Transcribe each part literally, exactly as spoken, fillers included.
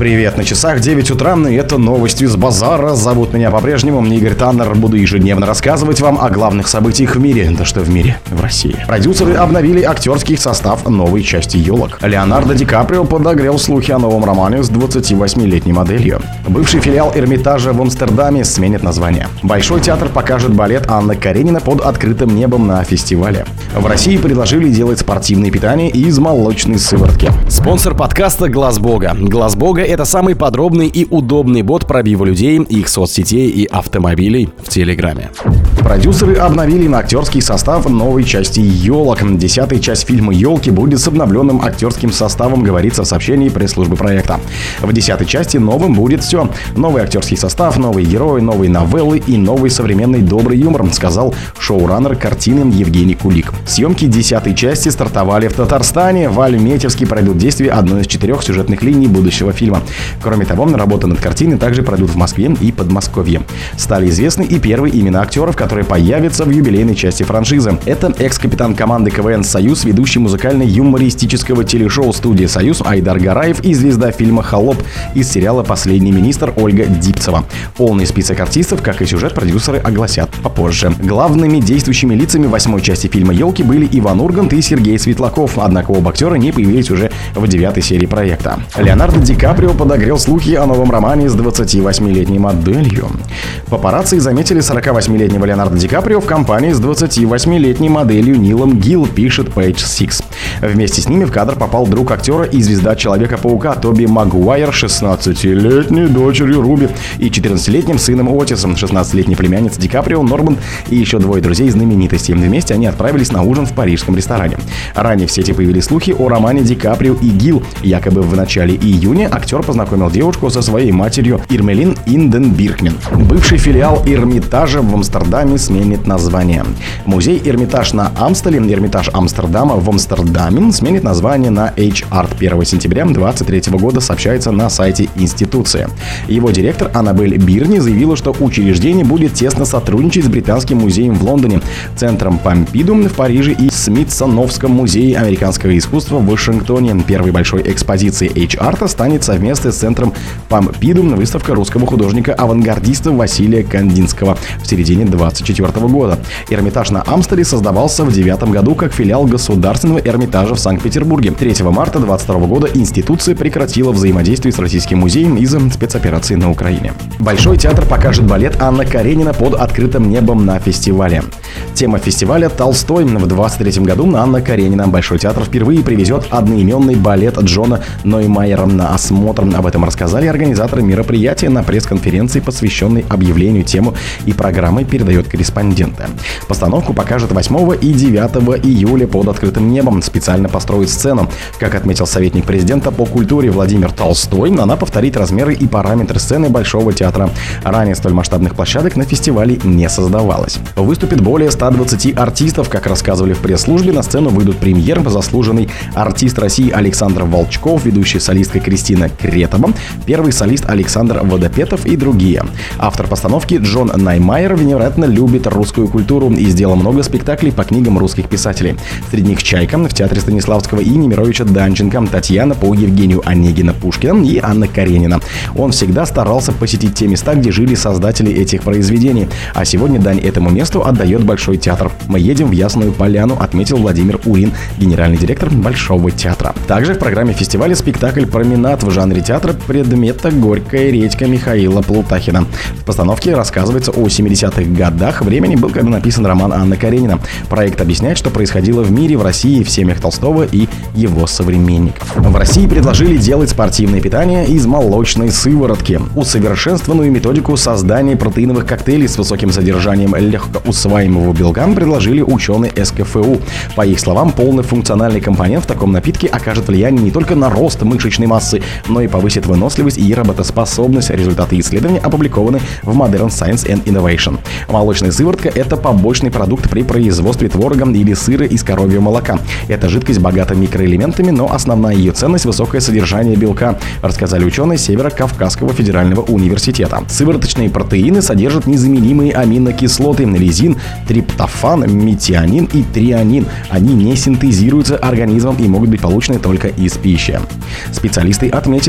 Привет, на часах девять утра, и это новости с базара. Зовут меня по-прежнему Игорь Таннер. Буду ежедневно рассказывать вам о главных событиях в мире. Да что в мире, в России. Продюсеры обновили актерский состав новой части «Елок». Леонардо Ди Каприо подогрел слухи о новом романе с двадцативосьмилетней моделью. Бывший филиал Эрмитажа в Амстердаме сменит название. Большой театр покажет балет Анна Каренина под открытым небом на фестивале. В России предложили делать спортивное питание из молочной сыворотки. Спонсор подкаста «Глаз Бога». «Глаз Бога» — это самый подробный и удобный бот пробива людей, их соцсетей и автомобилей в Телеграме. Продюсеры обновили на актерский состав новой части «Елок». Десятая часть фильма «Елки» будет с обновленным актерским составом, говорится в сообщении пресс-службы проекта. В десятой части новым будет все. Новый актерский состав, новые герои, новые новеллы и новый современный добрый юмор, сказал шоураннер картины Евгений Кулик. Съемки десятой части стартовали в Татарстане. В Альметьевске пройдут действие одной из четырех сюжетных линий будущего фильма. Кроме того, работы над картиной также пройдут в Москве и Подмосковье. Стали известны и первые имена актеров, которые появятся в юбилейной части франшизы. Это экс-капитан команды КВН «Союз», ведущий музыкально-юмористического телешоу студии «Союз» Айдар Гараев и звезда фильма «Холоп» из сериала «Последний министр» Ольга Дипцева. Полный список артистов, как и сюжет, продюсеры огласят попозже. Главными действующими лицами восьмой части фильма «Елки» были Иван Ургант и Сергей Светлаков, однако оба актера не появились уже в девятой серии проекта. Леонардо Ди Каприо подогрел слухи о новом романе с двадцативосьмилетней моделью. Папарацци заметили сорокавосьмилетнего Леонардо Ди Каприо в компании с двадцативосьмилетней моделью Нилом Гилл, пишет Page Six. Вместе с ними в кадр попал друг актера и звезда Человека-паука Тоби Магуайр, шестнадцатилетней дочерью Руби и четырнадцатилетним сыном Отисом, шестнадцатилетней племянницей Ди Каприо Норманд и еще двое друзей знаменитостей. Вместе они отправились на ужин в парижском ресторане. Ранее в сети появились слухи о романе Ди Каприо и Гилл. Якобы в начале июня актер познакомил девушку со своей матерью Ирмелин Инденбиркмен. Бывший филиал Эрмитажа в Амстердаме сменит название. Музей Эрмитаж на Амстеле, Эрмитаж Амстердама в Амстердаме, сменит название на H-Art первого сентября две тысячи двадцать третьего года, сообщается на сайте институции. Его директор Аннабель Бирни заявила, что учреждение будет тесно сотрудничать с Британским музеем в Лондоне, Центром Помпиду в Париже и Смитсоновском музее американского искусства в Вашингтоне. Первой большой экспозицией H-Art станет совместно с Центром Помпиду выставка русского художника-авангардиста Василия Кандинского в середине двадцать четвёртого года. Эрмитаж на Амстере создавался в девятом году как филиал Государственного Эрмитажа в Санкт-Петербурге. третьего марта две тысячи двадцать второго года институция прекратила взаимодействие с Российским музеем из-за спецоперации на Украине. Большой театр покажет балет Анна Каренина под открытым небом на фестивале. Тема фестиваля «Толстой». В двадцать третьем году Анна Каренина. Большой театр впервые привезет одноименный балет Джона Ноймайера на осмотр. Об этом рассказали организаторы мероприятия на пресс-конференции, посвященной объявлению темы и программы, передает корреспонденты. Постановку покажет восьмого и девятого июля под открытым небом. Специально построит сцену. Как отметил советник президента по культуре Владимир Толстой, она повторит размеры и параметры сцены Большого театра. Ранее столь масштабных площадок на фестивале не создавалось. Выступит более ста двадцати артистов. Как рассказывали в пресс-службе, на сцену выйдут премьер, заслуженный артист России Александр Волчков, ведущая солистка Кристина Кретова, первый солист Александр Водопетов и другие. Автор постановки Джон Ноймайер, вероятно, любит русскую культуру и сделал много спектаклей по книгам русских писателей. Среди них «Чайка» в театре Станиславского и Немировича Данченко, «Татьяна» по Евгению Онегина Пушкина и Анна Каренина. Он всегда старался посетить те места, где жили создатели этих произведений. А сегодня дань этому месту отдает Большой театр. «Мы едем в Ясную Поляну», отметил Владимир Урин, генеральный директор Большого театра. Также в программе фестиваля спектакль «Променад» в жанре театра предмета «Горькая редька» Михаила Плутахина. В постановке рассказывается о семидесятых годах, времени был, когда написан роман Анна Каренина. Проект объясняет, что происходило в мире, в России, в семьях Толстого и его современников. В России предложили делать спортивное питание из молочной сыворотки. Усовершенствованную методику создания протеиновых коктейлей с высоким содержанием легкоусваиваемого белка предложили ученые эс ка эф у. По их словам, полный функциональный компонент в таком напитке окажет влияние не только на рост мышечной массы, но и повысит выносливость и работоспособность. Результаты исследования опубликованы в Modern Science and Innovation. Молочная сыворотка – это побочный продукт при производстве творога или сыра из коровьего молока. Эта жидкость богата микроэлементами, но основная ее ценность – высокое содержание белка, рассказали ученые Северо-Кавказского федерального университета. Сывороточные протеины содержат незаменимые аминокислоты – лизин, триптофан, метионин и трианин. Они не синтезируются организмом и могут быть получены только из пищи. Специалисты отметили,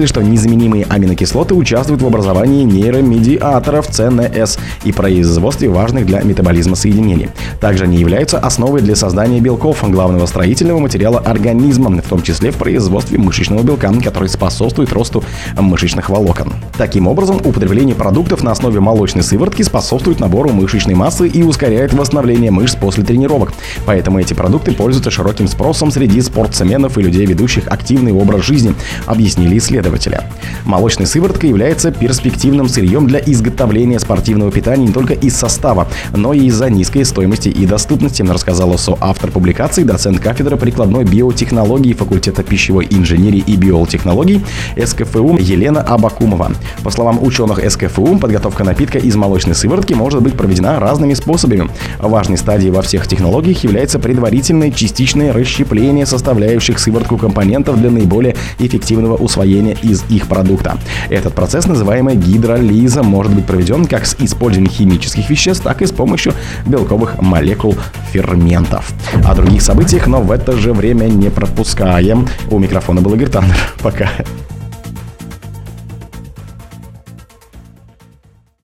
мысль, что незаменимые аминокислоты участвуют в образовании нейромедиаторов Си Эн Эс и производстве важных для метаболизма соединений. Также они являются основой для создания белков, главного строительного материала организма, в том числе в производстве мышечного белка, который способствует росту мышечных волокон. Таким образом, употребление продуктов на основе молочной сыворотки способствует набору мышечной массы и ускоряет восстановление мышц после тренировок. Поэтому эти продукты пользуются широким спросом среди спортсменов и людей, ведущих активный образ жизни, объяснили исследователи. Молочная сыворотка является перспективным сырьем для изготовления спортивного питания не только из состава, но и из-за низкой стоимости и доступности, рассказала соавтор публикации, доцент кафедры прикладной биотехнологии факультета пищевой инженерии и биотехнологий Эс Ка Эф У Елена Абакумова. По словам ученых Эс Ка Эф У, подготовка напитка из молочной сыворотки может быть проведена разными способами. Важной стадией во всех технологиях является предварительное частичное расщепление составляющих сыворотку компонентов для наиболее эффективного усвоения из их продукта. Этот процесс, называемый гидролизом, может быть проведен как с использованием химических веществ, так и с помощью белковых молекул ферментов. О других событиях, но в это же время не пропускаем. У микрофона был Игорь Таннер. Пока.